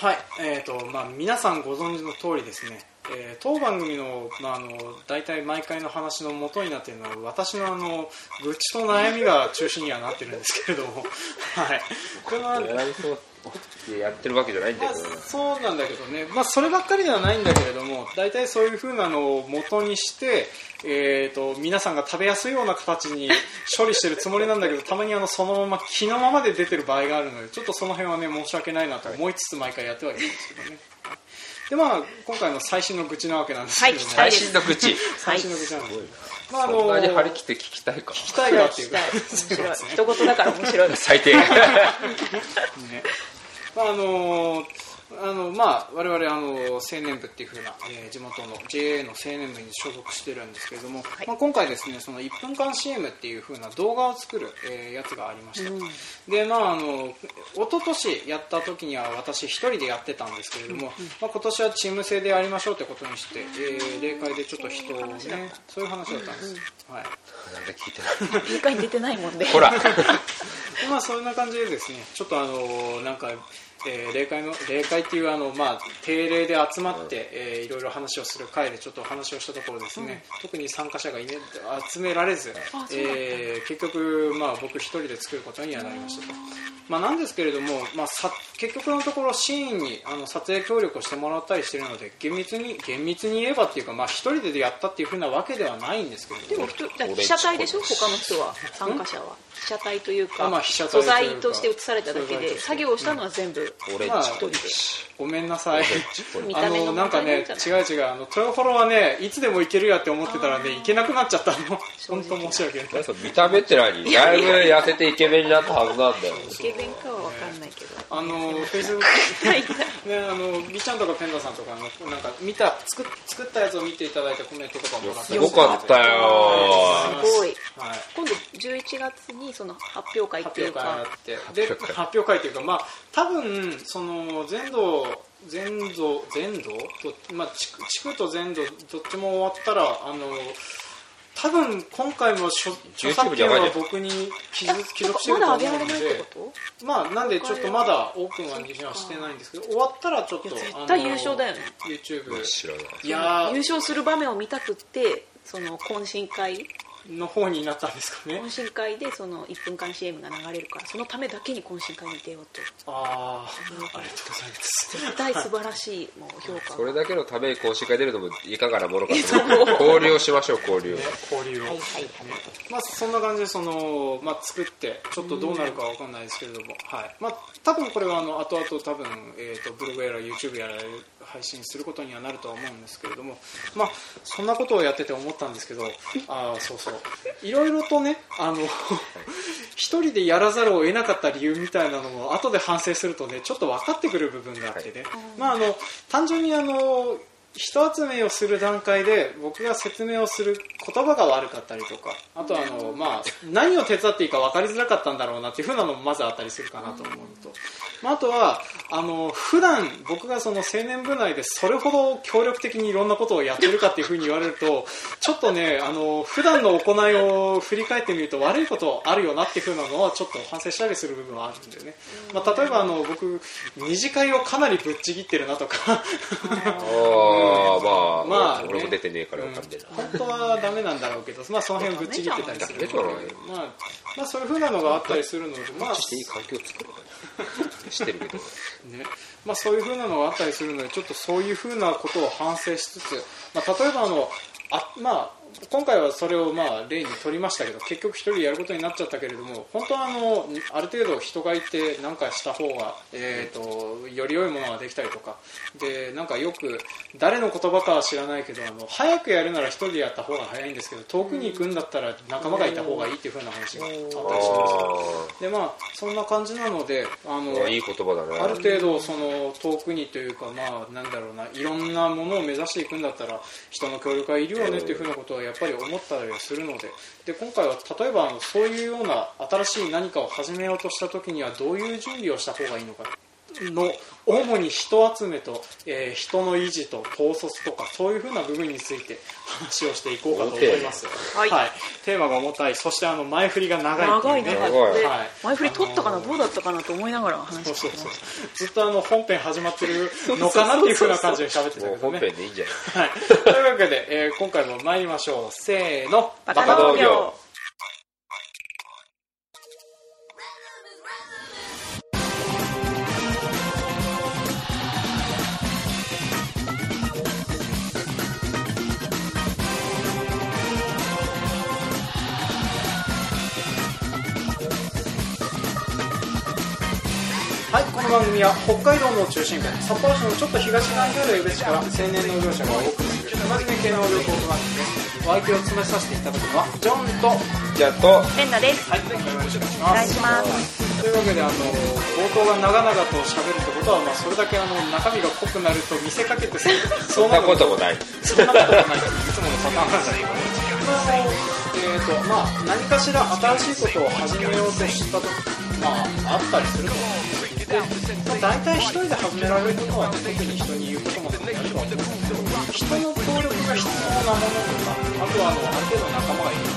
はい、皆さんご存知の通りですね、当番組の、大体毎回の話の元になっているのは私の愚痴と悩みが中心にはなってるんですけれども、はい、これはやってるわけじゃないんだけど、 そうなんだけどね、そればっかりではないんだけれども、大体そういう風なのを元にして、皆さんが食べやすいような形に処理してるつもりなんだけど、たまにそのまま気のままで出てる場合があるので、ちょっとその辺はね申し訳ないなと思いつつ毎回やってはいるんですけどね。で今回の最新の愚痴なわけなんですけどね、 最新の愚痴最新の愚痴なんです、 そんなに張り切って聞きたいか、 聞きたいかっていうか面白い一言だから面白い最低ね、我々青年部っていう風な、地元の JA の青年部に所属してるんですけれども、今回ですねその1分間 CM っていう風な動画を作る、やつがありました、で一昨年やった時には私一人でやってたんですけれども、今年はチーム制でやりましょうってことにして、例会でちょっと人をね、そういう話だったんです、はい、 なんで聞いてない例会に出てないもんねほらそんな感じでですね、ちょっと例会っていう定例で集まって、いろいろ話をする会でちょっと話をしたところですね、特に参加者が集められず、結局僕一人で作ることにはなりましたと。なんですけれども、結局のところシーンに撮影協力をしてもらったりしているので、厳密に言えばっていうか、一人でやったっていう風なわけではないんですけれども、 でも被写体でしょ、他の人は参加者は被写体というか、素材として映されただけで作業をしたのは全部俺一人で。 ごめんなさい見た目のなんかね、違う豊幌はねいつでも行けるやって思ってたらね行けなくなっちゃったの本当申し訳ない。 見た目って何、だいぶ痩せてイケメンになったはずなんだよ。 イケメンかは分かんないけど、 フェイスブックね、ビちゃんとかペンダさんとかなんか作ったやつを見ていただいてコメントとかもらってすごかったよすごい、 はい、 今度11月にその発表会っていうか発表会っていうか、多分その全土と、地区と全土どっちも終わったら多分今回も著作権は僕に帰属してると思うので、なんでちょっとまだオープンはしてないんですけど、終わったらちょっと絶対優勝だよね。 YouTube 知らない。 いや優勝する場面を見たくってその懇親会の方になったんですかね。 懇親会でその1分間 CM が流れるから、そのためだけに懇親会に出ようと。 ありがとうございます絶対素晴らしいもう評価。 それだけのために懇親会出るのもいかがなものかと交流をしましょう、交流を、 そんな感じで作ってちょっとどうなるかわかんないですけれども、多分これは後々多分、ブログやら YouTube やら配信することにはなるとは思うんですけれども、そんなことをやってて思ったんですけど、いろいろとね一人でやらざるを得なかった理由みたいなのも後で反省するとねちょっと分かってくる部分があってね、単純に人集めをする段階で僕が説明をする言葉が悪かったりとか、あと何を手伝っていいか分かりづらかったんだろうなっていう風なのもまずあったりするかなと思うと、あとは普段僕がその青年部内でそれほど協力的にいろんなことをやってるかっていう風に言われるとちょっとね普段の行いを振り返ってみると悪いことあるよなっていう風なのはちょっと反省したりする部分はあるんだよね。例えば僕二次会をかなりぶっちぎってるなとか俺も出てねえから分かんねえな、 本当はダメなんだろうけど、その辺ぶっちぎってたりするそういう風なのがあったりするので、 していい環境を作るかしてるけどね、そういう風なのがあったりするので、ちょっとそういう風なことを反省しつつ、例えば今回はそれを例に取りましたけど、結局一人でやることになっちゃったけれども、本当はある程度人がいて何かした方が、より良いものができたりとかで、なんかよく誰の言葉かは知らないけど早くやるなら一人でやった方が早いんですけど、遠くに行くんだったら仲間がいた方がいいっていう風な話があったりしますで、そんな感じなのでいい言葉だね。 ある程度遠くにというか、いろんなものを目指していくんだったら人の協力がいるよねっていう風なことはやっぱり思ったりはするので、今回は例えばそういうような新しい何かを始めようとした時にはどういう準備をした方がいいのか、 の主に人集めと、人の維持と統率とかそういう風な部分について話をしていこうかと思います。はい、テーマが重たい。そして前振りが長いっていうね。 前振り取ったかな、どうだったかなと思いながら話してます。 ずっと本編始まってるのかなっていう風な感じで喋ってたけどね。 本編でいいんじゃない。 はい。というわけで、今回も参りましょう。せーの。 バカ農業。 はい、この番組は北海道の中心部、札幌市のちょっと東側にある江別市から青年農業者がお送りする真面目系農業トーク番組です。お相手を務めさせていただくのはジョンとじゃあとレンナです。 はい、よろしくお願いします。 というわけで冒頭が長々と喋るってことは、それだけ中身が濃くなると見せかけてそんなこともない。 そんなこともないといつものパターンなんだけど、何かしら新しいことを始めようとしたとあったりすると思うんですけど、大体一人で始められることは、特に人に言うこともないとは思うんですけど、人の協力が必要なものとか、あとはある程度仲間がいる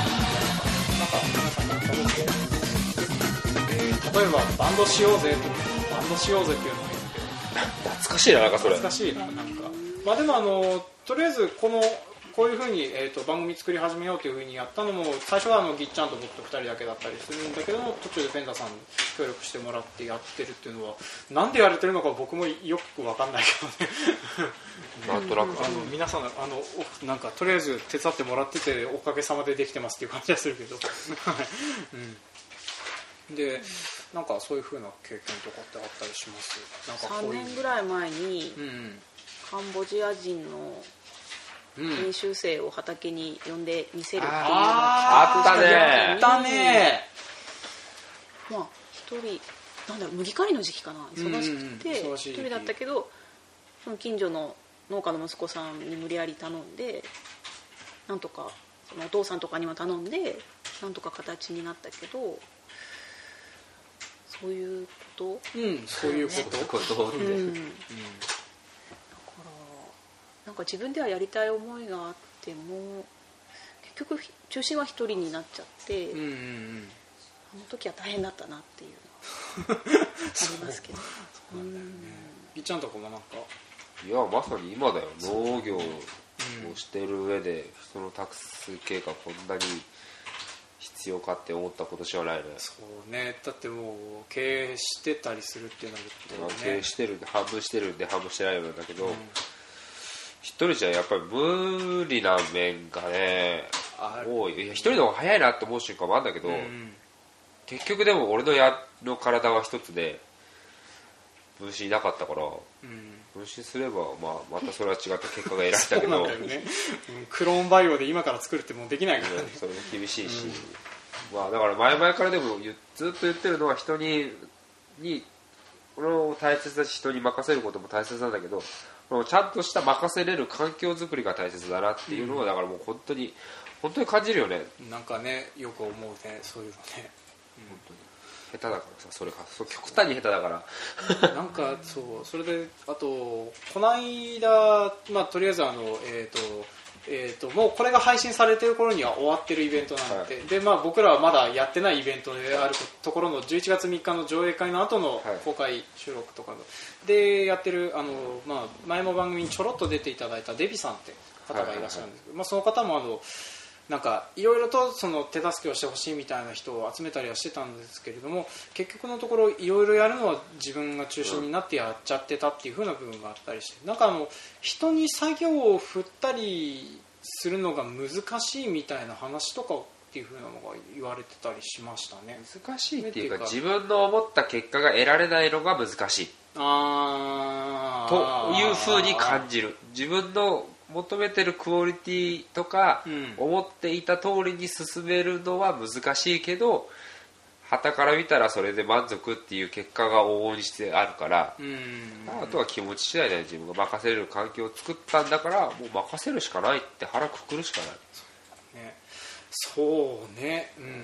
ので、皆さんに例えばバンドしようぜっていうのもいいんだけど、 懐かしいな、なんかそれ懐かしいな、なんかでもとりあえずこういう風に、番組作り始めようという風にやったのも、最初はぎっちゃんと僕と2人だけだったりするんだけども、途中でペンダさんに協力してもらってやってるっていうのは、なんでやれてるのか僕もよく分かんないけどね。 なんとなく皆さんなんかとりあえず手伝ってもらってて、おかげさまでできてますっていう感じはするけど、でなんかそういう風な経験とかってあったりします？なんかこういう 3年ぐらい前に、カンボジア人の研修生を畑に呼んで見せるっていうのをあったね。 一人麦刈りの時期かな、忙しくて一人だったけど、その近所の農家の息子さんに無理やり頼んで、なんとかそのお父さんとかにも頼んでなんとか形になったけど、そういうこと、 そういうこと、 なんか自分ではやりたい思いがあっても結局中心は一人になっちゃって、あの時は大変だったなっていうのはありますけど。 いっちゃんとこもなんか、 いやまさに今だよ、農業をしてる上で人の助けがこんなに必要かって思った今年はないね。 そうね、だってもう経営してたりするっていうのは、 経営してるんで半分してるんで半分してないようなんだけど、一人じゃやっぱり無理な面がね多い。一人の方が早いなって思う瞬間もあるんだけど、結局でも俺の体は一つで分身いなかったから、分身すれば、またそれは違った結果が得られたけどそうなんだよね、 クローンバイオで今から作るってもうできないからね。 それも厳しいし、だから前々からでもずっと言ってるのは、人にこれを大切だし、人に任せることも大切なんだけど、ちゃんとした任せれる環境づくりが大切だなっていうのは、だからもう本当に感じるよね。 なんかね、よく思うね、そういうのね。 本当に下手だからさ、それが極端に下手だからなんかそれで、あとこの間、とりあえずもうこれが配信されてる頃には終わってるイベントなんで、で僕らはまだやってないイベントであるところの11月3日の上映会の後の公開収録とかでやってる、前も番組にちょろっと出ていただいたデビさんって方がいらっしゃるんですけど、その方もなんかいろいろとその手助けをしてほしいみたいな人を集めたりはしてたんですけれども、結局のところいろいろやるのは自分が中心になってやっちゃってたっていう風な部分があったりして、なんか人に作業を振ったりするのが難しいみたいな話とかっていう風なのが言われてたりしましたね。難しいっていうか、自分の思った結果が得られないのが難しいという風に感じる。自分の求めてるクオリティとか、思っていた通りに進めるのは難しいけど、傍から見たらそれで満足っていう結果が往々にしてあるから、あとは気持ち次第で自分が任せれる環境を作ったんだから、もう任せるしかないって腹くくるしかない。 そうね、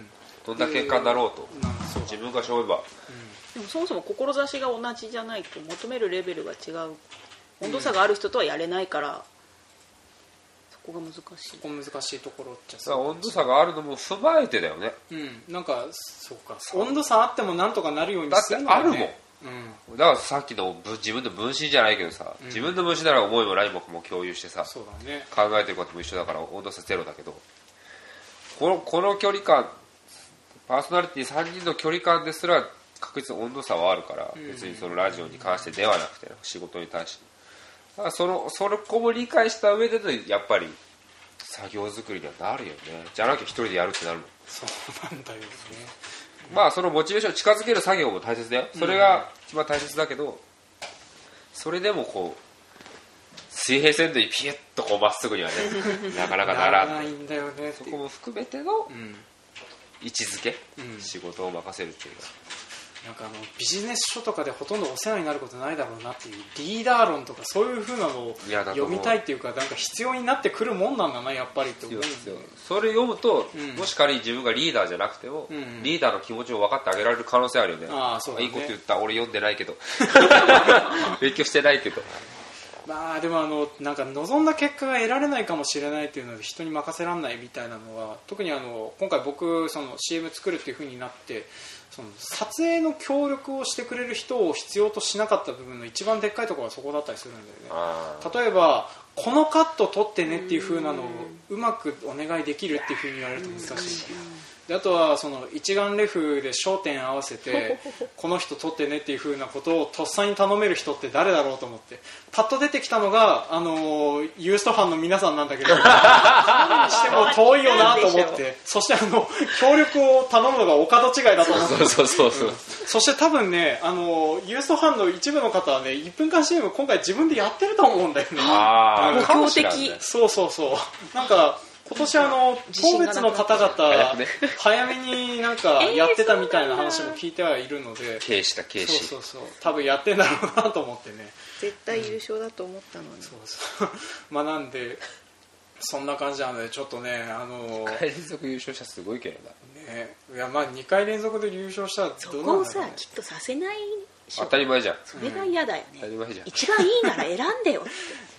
どんな結果になろうと、自分が勝負ば、 でもそもそも志が同じじゃないと求めるレベルが違う、温度差がある人とはやれないから、そこが難しい。 そこ難しいところっちゃそう。温度差があるのも踏まえてだよね。 なんかそうか、温度差あってもなんとかなるようにするのだってあるもん。だからさっきの自分の分身じゃないけどさ、自分の分身なら思いも何も共有してさ、 そうだね、 考えてることも一緒だから温度差ゼロだけど、この距離感、パーソナリティ3人の距離感ですら確実に温度差はあるから、別にそのラジオに関してではなくて仕事に対して、だからそれこも理解した上でのやっぱり作業作りにはなるよね。じゃなきゃ一人でやるってなるもん。 そうなんだよね。 まあそのモチベーションを近づける作業も大切だよ。それが一番大切だけど、それでもこう水平線でピュッとこうまっすぐにはねなかなかならないんだよね。 そこも含めての位置づけ、仕事を任せるっていうのは、 なんかビジネス書とかでほとんどお世話になることないだろうなっていうリーダー論とかそういう風なのを読みたいっていうか、なんか必要になってくるもんなんだなやっぱりって思うんですよ。 それ読むと、もし仮に自分がリーダーじゃなくても、リーダーの気持ちを分かってあげられる可能性あるよね。 そうだね。 いいこと言った。俺読んでないけど勉強してないけど、 まあでもなんか望んだ結果が得られないかもしれないっていうので人に任せられないみたいなのは、特に今回僕その CM 作るっていう風になって、その撮影の協力をしてくれる人を必要としなかった部分の一番でっかいところはそこだったりするんだよね。例えばこのカット撮ってねっていう風なのをうまくお願いできるっていう風に言われると難しい。であとはその一眼レフで焦点合わせてこの人撮ってねっていう風なことをとっさに頼める人って誰だろうと思って、パッと出てきたのがユーストファンの皆さんなんだけどにしても遠いよなと思って、そして協力を頼むのがお門違いだと思って、そして多分ねユーストファンの一部の方はね1分間 CM 今回自分でやってると思うんだよね。 目標的。 そうなんか今年当別の方々早めになんかやってたみたいな話も聞いてはいるので、 軽視だ軽視。 そう多分やってんだろうなと思ってね。 絶対優勝だと思ったのに。 まあなんでそんな感じなのでちょっとね 2回連続優勝者すごいけどね。いやまあ2回連続で優勝したらどうなんだろうね。 そこをさきっとさせない当たり前じゃん。 それが嫌だよね。 当たり前じゃん。 一番いいなら選んでよって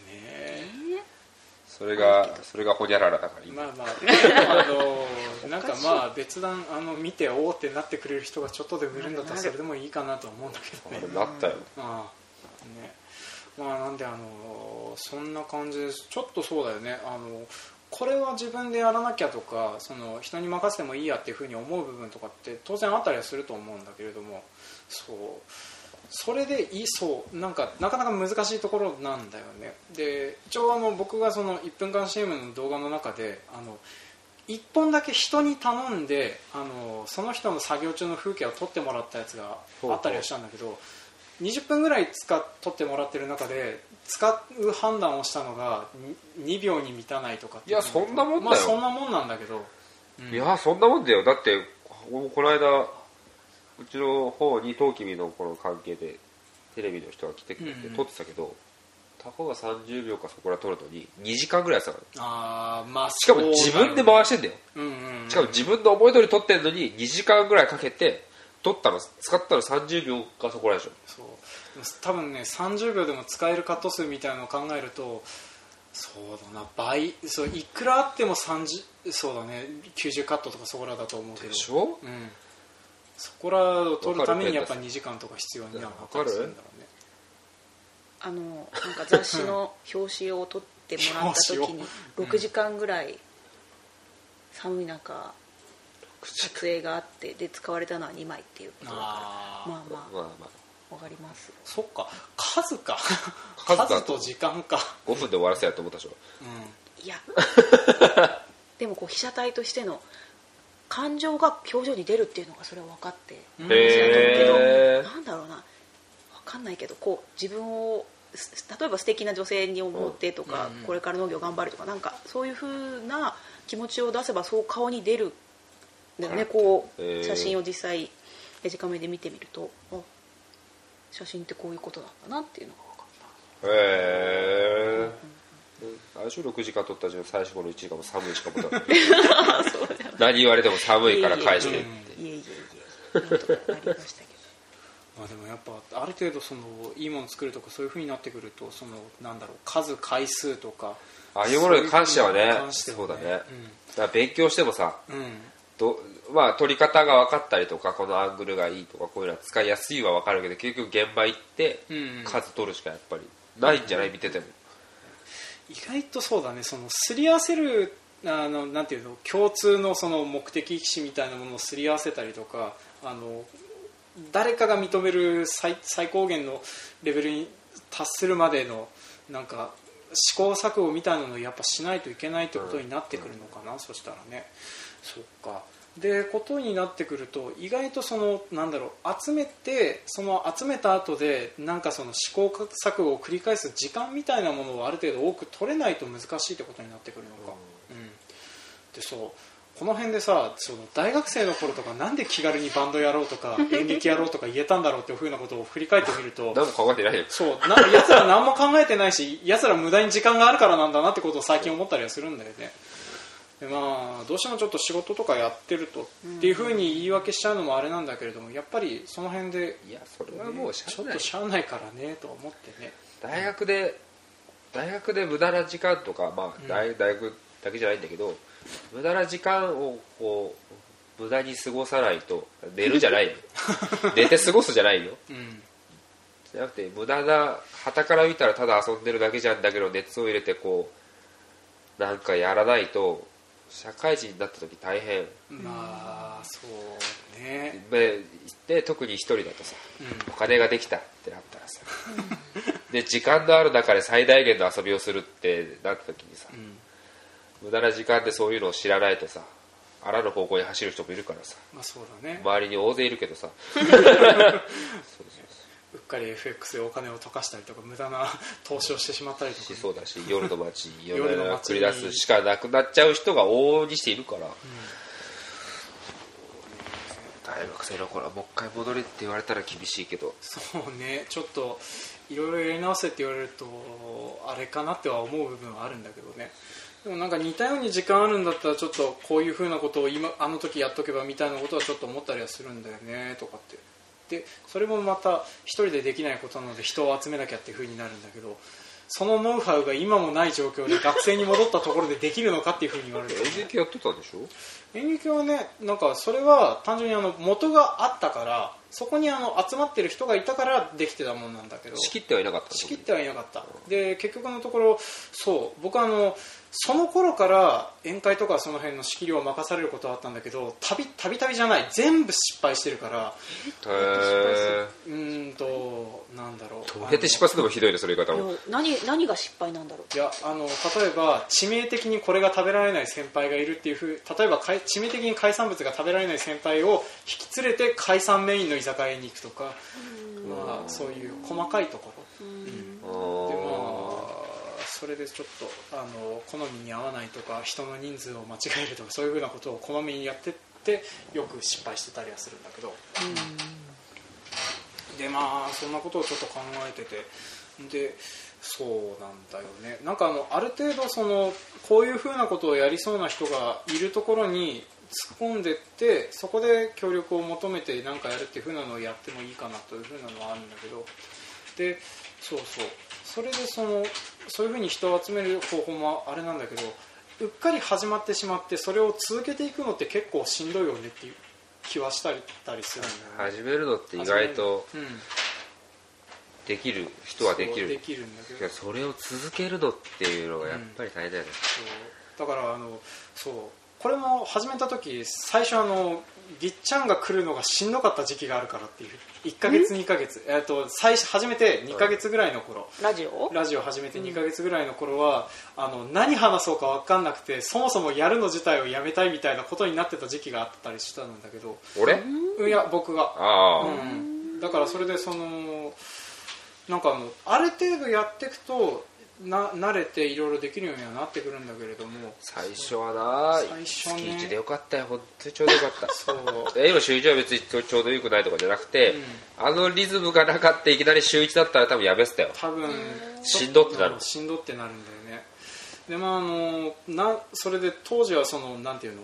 それがホニャララだから今。 まあなんかまあ別段見ておーってなってくれる人がちょっとでもいるんだったらそれでもいいかなと思うんだけどね。 なったよ。 ね。まあなんでそんな感じです。ちょっとそうだよね。これは自分でやらなきゃとか、その人に任せてもいいやっていうふうに思う部分とかって当然あったりはすると思うんだけれども、それでなんかなかなか難しいところなんだよね。で一応僕がその1分間 CM の動画の中で1本だけ人に頼んでその人の作業中の風景を撮ってもらったやつがあったりはしたんだけど、20分ぐらい撮ってもらってる中で使う判断をしたのが2秒に満たないとかって。 いやそんなもんだよ。 まあそんなもんなんだけど、 いやそんなもんだよ。だってこの間うちの方にトウキビのこの関係でテレビの人が来てくれて撮ってたけど、たかが30秒かそこら撮るのに2時間ぐらいやってたから。しかも自分で回してんだよ。しかも自分の思い通り撮ってんのに2時間ぐらいかけて使ったの30秒かそこらでしょ。 そう多分ね30秒でも使えるカット数みたいなのを考えると、そうだな倍、いくらあってもそうだね90カットとかそこらだと思うけど。 でしょ。 そこらを撮るためにやっぱ2時間とか必要になったりするんだろうね。 なんか雑誌の表紙を撮ってもらった時に6時間ぐらい寒い中撮影があってで使われたのは2枚っていうことだから、まあわかります。 そっか数と時間か。 5分で終わらせやと思ったでしょ。 いやでも被写体としての感情が表情に出るっていうのがそれは分かって話だと思うけど、なんだろうな、分かんないけど自分を例えば素敵な女性に思ってとか、これから農業頑張るとかなんかそういう風な気持ちを出せばそう顔に出るんだよね。写真を実際デジカメで見てみると写真ってこういうことなんだなっていうのが分かった。 最初6時間撮ったうちの最初の1時間も寒いしかもだ何言われても寒いから返してって。 いえいえいえ、なんとかなりましたけど。 まあでもやっぱある程度そのいいもの作るとかそういう風になってくると、そのなんだろう、数回数とかああいうものに関してはね、そうだね、だから勉強してもさ、まあ撮り方が分かったりとか、このアングルがいいとか、こういうのは使いやすいは分かるけど、結局現場行って数取るしかやっぱりないんじゃない、見てても。 意外とそうだね、そのすり合わせるなんていうの、共通のその目的意識みたいなものをすり合わせたりとか、誰かが認める最高限のレベルに達するまでのなんか試行錯誤みたいなのをやっぱしないといけないってことになってくるのかな、そしたらね。そっか。でことになってくると、意外とそのなんだろう、集めた後でなんかその試行錯誤を繰り返す時間みたいなものをある程度多く取れないと難しいってことになってくるのか。でそうこの辺でさ、その大学生の頃とかなんで気軽にバンドやろうとか演劇やろうとか言えたんだろうっていう風なことを振り返ってみると何も考えてないよ。 そうやつら何も考えてないし、やつら無駄に時間があるからなんだなってことを最近思ったりはするんだよね。でまあどうしてもちょっと仕事とかやってるとっていう風に言い訳しちゃうのもあれなんだけれども、やっぱりその辺でいやそれはもうしちょっとしゃあないからねと思ってね。 大学で無駄な時間とか、まあ大学だけじゃないんだけど、無駄な時間をこう無駄に過ごさないと、寝るじゃないよ寝て過ごすじゃないよ、じゃなくて無駄な、傍から見たらただ遊んでるだけじゃんだけど、熱を入れてこうなんかやらないと社会人になった時大変。 まあそうね。 で特に一人だとさ、お金ができたってなったらさで時間のある中で最大限の遊びをするってなった時にさ、無駄な時間でそういうのを知らないとさ、あらぬ方向に走る人もいるからさ、 まあそうだね、 周りに大勢いるけどさうっかり FX でお金を溶かしたりとか無駄な投資をしてしまったりとか、 そうだし、夜の街に夜な夜な繰り出すしかなくなっちゃう人が往々にしているから、大学生の頃はもう一回戻れって言われたら厳しいけど、 そうね、ちょっといろいろやり直せって言われるとあれかなっては思う部分はあるんだけどね。でもなんか似たように時間あるんだったらちょっとこういう風なことをあの時やっとけばみたいなことはちょっと思ったりはするんだよねとかって。でそれもまた一人でできないことなので人を集めなきゃっていう風になるんだけど、そのノウハウが今もない状況で学生に戻ったところでできるのかっていう風に言われる、 演劇やってたでしょ。 演劇はね、なんかそれは単純に元があったから、そこに集まってる人がいたからできてたもんなんだけど、 仕切ってはいなかった。 仕切ってはいなかった。で結局のところ、そう僕その頃から宴会とかその辺の仕切りを任されることはあったんだけど、たびたびじゃない、全部失敗してるから。なんだろう、 どうやって失敗するのもひどいね、それ言い方も。 何が失敗なんだろう。 いや例えば致命的にこれが食べられない先輩がいるっていう例えば致命的に海産物が食べられない先輩を引き連れて海産メインの居酒屋に行くとか、まあ、そういう細かいところで、それでちょっと好みに合わないとか人の人数を間違えるとか、そういうふうなことをこまめにやってってよく失敗してたりはするんだけど、でまあそんなことをちょっと考えてて、でそうなんだよね。なんかある程度こういうふうなことをやりそうな人がいるところに突っ込んでって、そこで協力を求めて何かやるっていうふうなのをやってもいいかなというふうなのはあるんだけど、でそれでそういうふうに人を集める方法もあれなんだけど、うっかり始まってしまってそれを続けていくのって結構しんどいよねっていう気はしたりするんだよね。 始めるのって意外とできる人はできる。 できるんだけど、 それを続けるのっていうのがやっぱり大変だよね。 そうだからこれも始めた時最初ぎっちゃんが来るのがしんどかった時期があるからっていう、1ヶ月2ヶ月始めて2ヶ月ぐらいの頃、ラジオ始めて2ヶ月ぐらいの頃は何話そうか分かんなくて、そもそもやるの自体をやめたいみたいなことになってた時期があったりしたんだけど、いや僕がだからそれでなんかある程度やっていくと慣れていろいろできるようにはなってくるんだけれども、 最初は月1でよかったよ、本当にちょうどよかったそう今週1は別にちょうどよくないとかじゃなくて、リズムがなかったいきなり週1だったら多分やめてたよ。 多分しんどってなるんだよね。でそれで当時はなんていうの、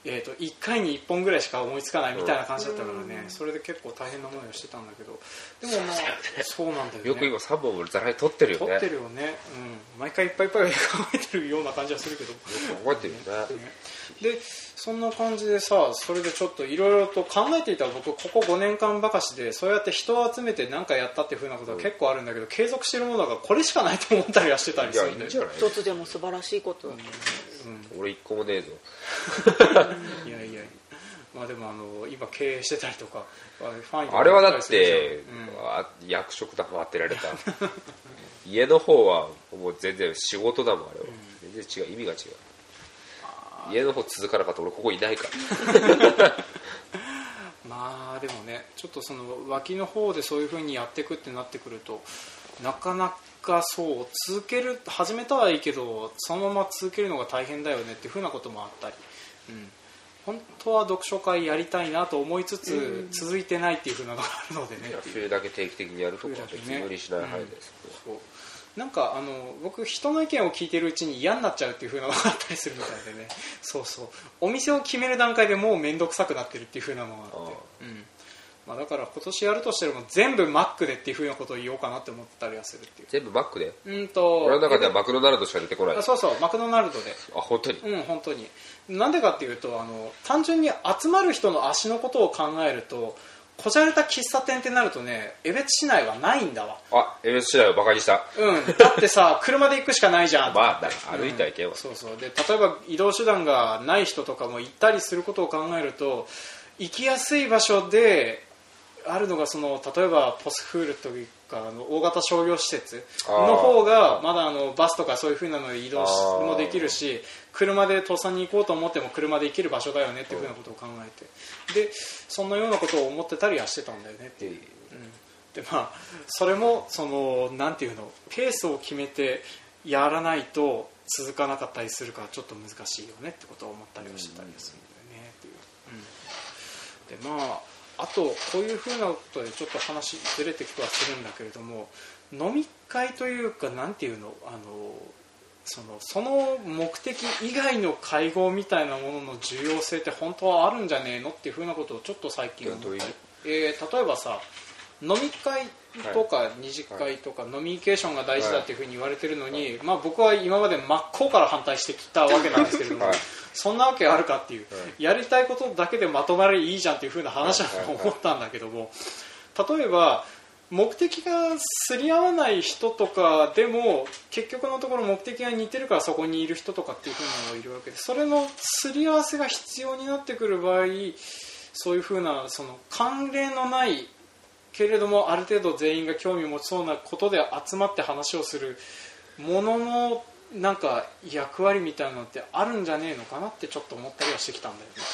1回に1本ぐらいしか思いつかないみたいな感じだったからね、それで結構大変な思いをしてたんだけど、でもまあそうなんだよね。 よく今3本もざらに取ってるよね。 取ってるよね、毎回いっぱいいっぱい考えてるような感じはするけど、よく考えてるよね。 でそんな感じでさ、それでちょっといろいろと考えていた僕、ここ5年間ばかしでそうやって人を集めて何かやったっていう風なことは結構あるんだけど、継続してるものがこれしかないと思ったりはしてたりするんで、 一つでも素晴らしいことだね。 俺1個もねえぞ。 いやいや、まあでも今経営してたりとか、ファンあれはだって、役職だもん当てられた。家の方はもう全然仕事だもん、あれは。全然違う、意味が違う。家の方続かなかったら俺ここいないからまあでもね、ちょっとその脇の方でそういう風にやっていくってなってくると、なかなかそう続ける、始めたはいいけどそのまま続けるのが大変だよねっていう風なこともあったり、本当は読書会やりたいなと思いつつ、続いてないっていう風なのがあるのでね。 冬だけ定期的にやるとか別に無理しない範囲です。 なんか僕人の意見を聞いてるうちに嫌になっちゃうっていう風なのがあったりするみたいでね。そうそう、お店を決める段階でもう面倒くさくなってるっていう風なのがあって、まあ、だから今年やるとしても全部マックでっていう風なことを言おうかなって思ったりはするっていう。 全部マックで？俺の中ではマクドナルドしか出てこない。 そうそう、マクドナルドで。 本当に？ 本当に。なんでかっていうと単純に集まる人の足のことを考えると、こじゃれた喫茶店ってなるとね、江別市内はないんだわ。 江別市内をバカにした。 だってさ、車で行くしかないじゃん。 まあ歩いたら行けば、 そうそう。で、例えば移動手段がない人とかも行ったりすることを考えると、行きやすい場所であるのが例えばポスフールというか大型商業施設の方がまだバスとかそういう風なので移動もできるし、車で土佐に行こうと思っても車で行ける場所だよねっていう風なことを考えて、でそんなようなことを思ってたりはしてたんだよねっていう。でまあそれもなんていうの、ペースを決めてやらないと続かなかったりするからちょっと難しいよねってことを思ったりはしてたりするんだよねっていう。でまああとこういう風なことでちょっと話ずれてきてはするんだけれども、飲み会というかなんていうの、その目的以外の会合みたいなものの重要性って本当はあるんじゃねえのっていう風なことをちょっと最近思ったり、例えばさ、飲み会とか二次会とか飲みニケーションが大事だっていう風に言われてるのに、まあ、僕は今まで真っ向から反対してきたわけなんですけれども、そんなわけあるかっていう、やりたいことだけでまとまりいいじゃんっていう風な話だと思ったんだけども、例えば目的がすり合わない人とかでも結局のところ目的が似てるからそこにいる人とかっていう風なのがいるわけで、それのすり合わせが必要になってくる場合、そういう風な関連のないけれどもある程度全員が興味を持ちそうなことで集まって話をするもののなんか役割みたいなのってあるんじゃねえのかなってちょっと思ったりはしてきたんだよね。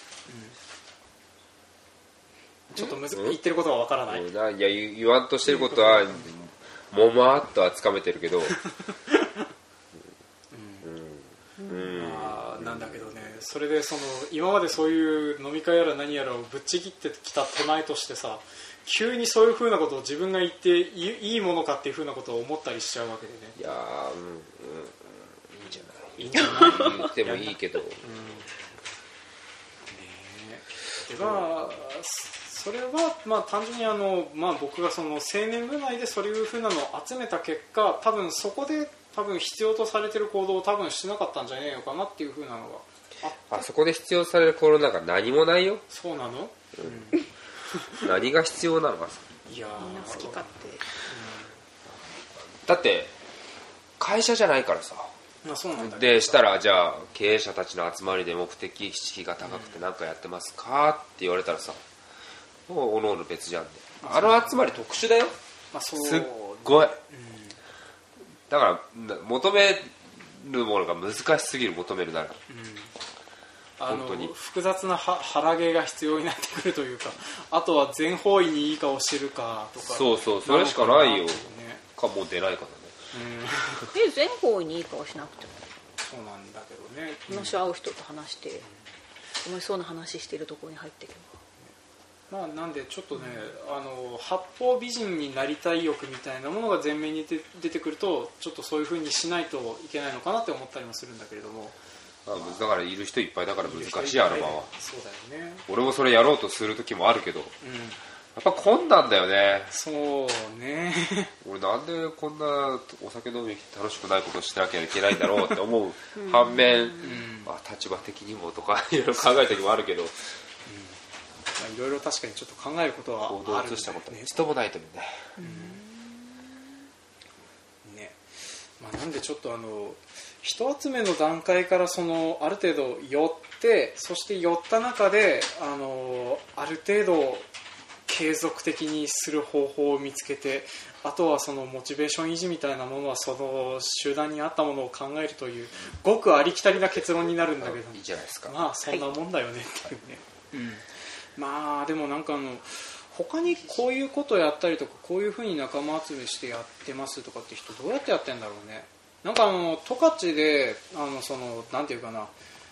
ちょっと言ってることはわからない。 いや言わんとしてることはもまっとはつかめてるけどなんだけどね、それで今までそういう飲み会やら何やらをぶっちぎってきた手前としてさ、急にそういう風なことを自分が言っていいものかっていう風なことを思ったりしちゃうわけでね。 いやいいんじゃない言ってもいいけど、 でまあそれはまあ単純にまあ、僕が青年部内でそういう風なのを集めた結果、多分そこで必要とされてる行動を多分してなかったんじゃねえのかなっていう風なのがそこで必要される行動なんか何もないよ。 そうなの？ 何が必要なのか。 いやみんな好き勝手、 だって会社じゃないからさ。 そうなんだでしたらじゃあ経営者たちの集まりで目的意識が高くて何かやってますかって言われたらさ、もうおのおの別じゃんね。集まり特殊だよ、すっごい、だから求めるものが難しすぎる。求めるなら、本当に複雑な腹毛が必要になってくるというか、あとは全方位にいい顔してるかとか、 そうそれしかないよ、かもう出ないからね。 全方位にいい顔しなくてもそうなんだけどね。 話し合う人と話して、楽しそうな話してるところに入っていけば、まあ、なんでちょっとね、八方美人になりたい欲みたいなものが前面に出てくると、ちょっとそういう風にしないといけないのかなって思ったりもするんだけれども、 だからいる人いっぱいだから難しいアルバムは。 そうだよね。 俺もそれやろうとする時もあるけど、やっぱ困難だよね。 そうね。 俺なんでこんなお酒飲み楽しくないことをしなきゃいけないんだろうって思う反面、立場的にもとかいろいろ考える時もあるけど、 いろいろ確かにちょっと考えることはあるんだよね。 行動としたこと一度もないと思うね。なんでちょっと一集めの段階からある程度寄って、そして寄った中である程度継続的にする方法を見つけて、あとはそのモチベーション維持みたいなものはその集団に合ったものを考えるというごくありきたりな結論になるんだけど、 いいじゃないですか。 そんなもんだよねっていうね。でもなんか他にこういうことやったりとか、こういうふうに仲間集めしてやってますとかって人どうやってやってんだろうね。なんか十勝でなんていうかな、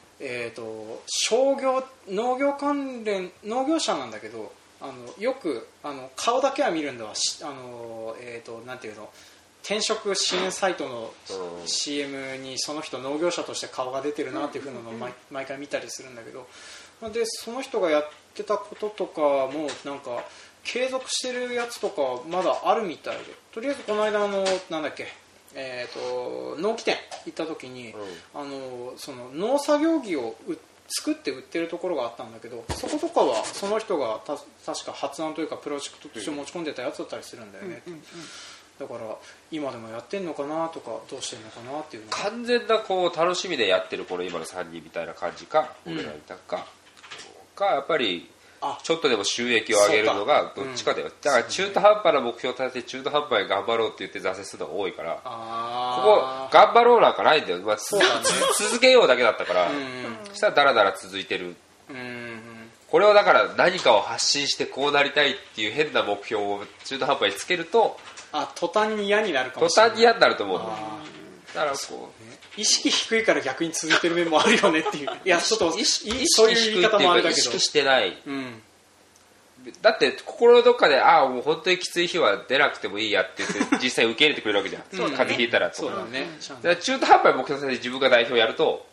農業関連農業者なんだけど、よく顔だけは見るんだわ。なんていうの、転職支援サイトの CM にその人農業者として顔が出てるなっていう風なのを毎回見たりするんだけど、でその人がやってたこととかもなんか継続してるやつとかまだあるみたいで、とりあえずこの間なんだっけ、農機店行った時に、その農作業着を作って売ってるところがあったんだけど、そことかはその人が確か発案というかプロジェクトとして持ち込んでたやつだったりするんだよね。だから今でもやってんのかなとか、どうしてんのかなっていうの完全なこう楽しみでやってるこの今の3人みたいな感じか、俺らいたか、やっぱりちょっとでも収益を上げるのがどっちかだよ。だから中途半端な目標を立てて中途半端に頑張ろうって言って挫折するのが多いから、ここ頑張ろうなんかないんだよ。続けようだけだったから、そしたらだらだら続いてる。これをだから何かを発信してこうなりたいっていう変な目標を中途半端につけると、 途端に嫌になるかもしれない。 途端に嫌になると思う。だからこう意識低いから逆に続いてる面もあるよねっていう。いやちょっとそういう言い方もあれだけど、 意識してない。だって心のどっかでもう本当にきつい日は出なくてもいいやって言って実際受け入れてくれるわけじゃん。風邪ひいたらとか。だから中途半端に目標させて自分が代表やると、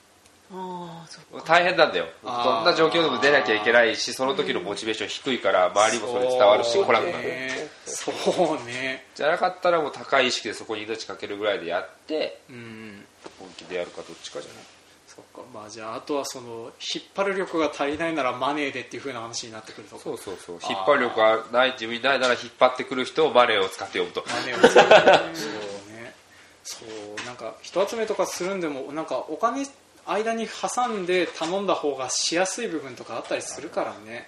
大変なんだよ。どんな状況でも出なきゃいけないし、その時のモチベーション低いから周りもそれ伝わるし来なくなる。 そうね。 じゃなかったらもう高い意識でそこに命かけるぐらいでやって、本気でやるかどっちかじゃない。 そっか。じゃああとはその引っ張る力が足りないならマネーでっていう風な話になってくると。 そう引っ張る力がない自分にないなら引っ張ってくる人をマネーを使って呼ぶと。 マネーを使ってそうなんか一集めとかするんでもなんかお金間に挟んで頼んだ方がしやすい部分とかあったりするからね。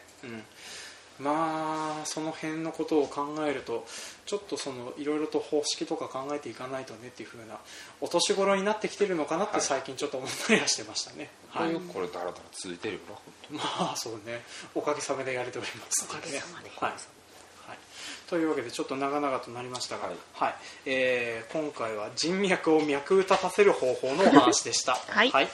その辺のことを考えるとちょっといろいろと方式とか考えていかないとねっていう風なお年頃になってきてるのかなって最近ちょっと思ったりはしてましたね。 これだらだら続いてるよな。そうね。おかげさまでやれておりますのでね。というわけでちょっと長々となりましたが、今回は人脈を脈打たさせる方法のお話でした。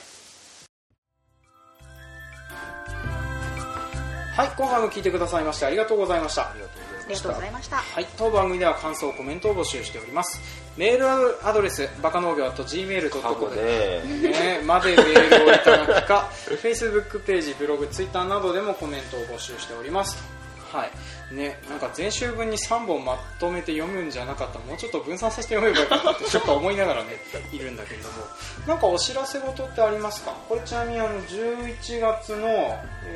今回も聞いてくださいましてありがとうございました。 ありがとうございました。 当番組では感想コメントを募集しております。メールアドレスバカ農業@gmail.com でまでメールをいただくかFacebook ページ、ブログ、Twitter などでもコメントを募集しております。なんか前週分に3本まとめて読むんじゃなかった、もうちょっと分散させて読めばよかったってちょっと思いながらねいるんだけれども、なんかお知らせ事ってありますか？これちなみに11月の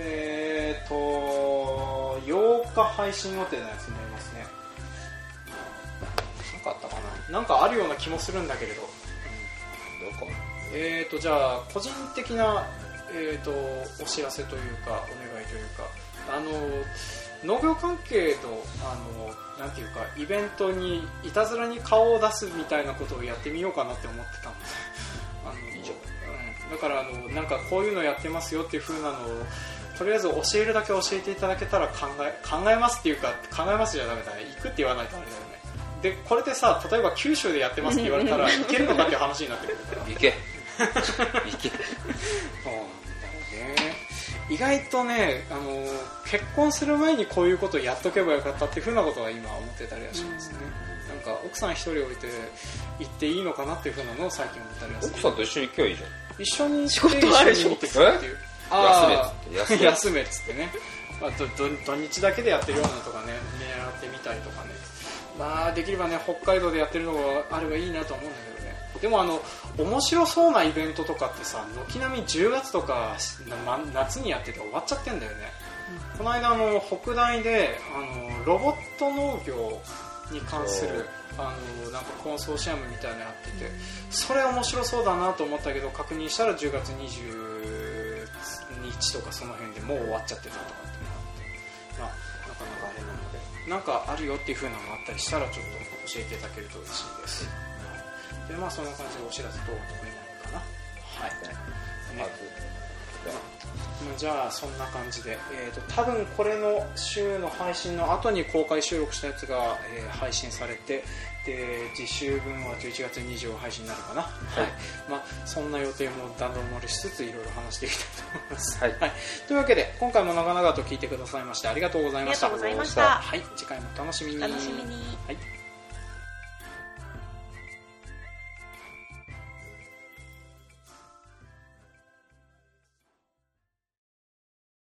8日配信予定のやつになりますね。なんかあったかな、なんかあるような気もするんだけれど、じゃあ個人的なお知らせというかお願いというか、農業関係のなんていうかイベントにいたずらに顔を出すみたいなことをやってみようかなって思ってたんで、いいじゃん。だからなんかこういうのやってますよっていう風なのをとりあえず教えるだけ教えていただけたら考えますっていうか、考えますじゃダメだね、行くって言わないとあれだよね。でこれでさ、例えば九州でやってますって言われたら行けるのかっていう話になってくるから行け意外とね、結婚する前にこういうことをやっとけばよかったっていうふうなことは今思ってたりはしますね。なんか奥さん一人置いて行っていいのかなっていう風なのを最近思ったりはする。 奥さんと一緒に行けばいいじゃん。 一緒に仕事あるでしょ。 一緒に見てくるっていう。休めっつってね、土日だけでやってるようなのとかね、狙ってみたりとかね、まあ、できればね北海道でやってるのがあればいいなと思うんだけどね。でも面白そうなイベントとかってさ、軒並み10月とか夏にやってて終わっちゃってんだよね、この間北大でロボット農業に関するなんかコンソーシアムみたいなのやってて、それ面白そうだなと思ったけど、確認したら10月20日とかその辺でもう終わっちゃってたとかってのがあって、なかなかあれなので、なんかあるよっていう風なのがあったりしたらちょっと教えていただけると嬉しいです。でそんな感じでお知らせ等々になるかな。はい、ね、じゃあそんな感じで、多分これの週の配信の後に公開収録したやつが、配信されて、で次週分は11月20日配信になるかな、はいはい、そんな予定も段取りしつついろいろ話していきたいと思います、はいはい、というわけで今回も長々と聞いてくださいましてありがとうございました。 ありがとうございました。 はい、次回もお楽しみに。 楽しみに。 はい。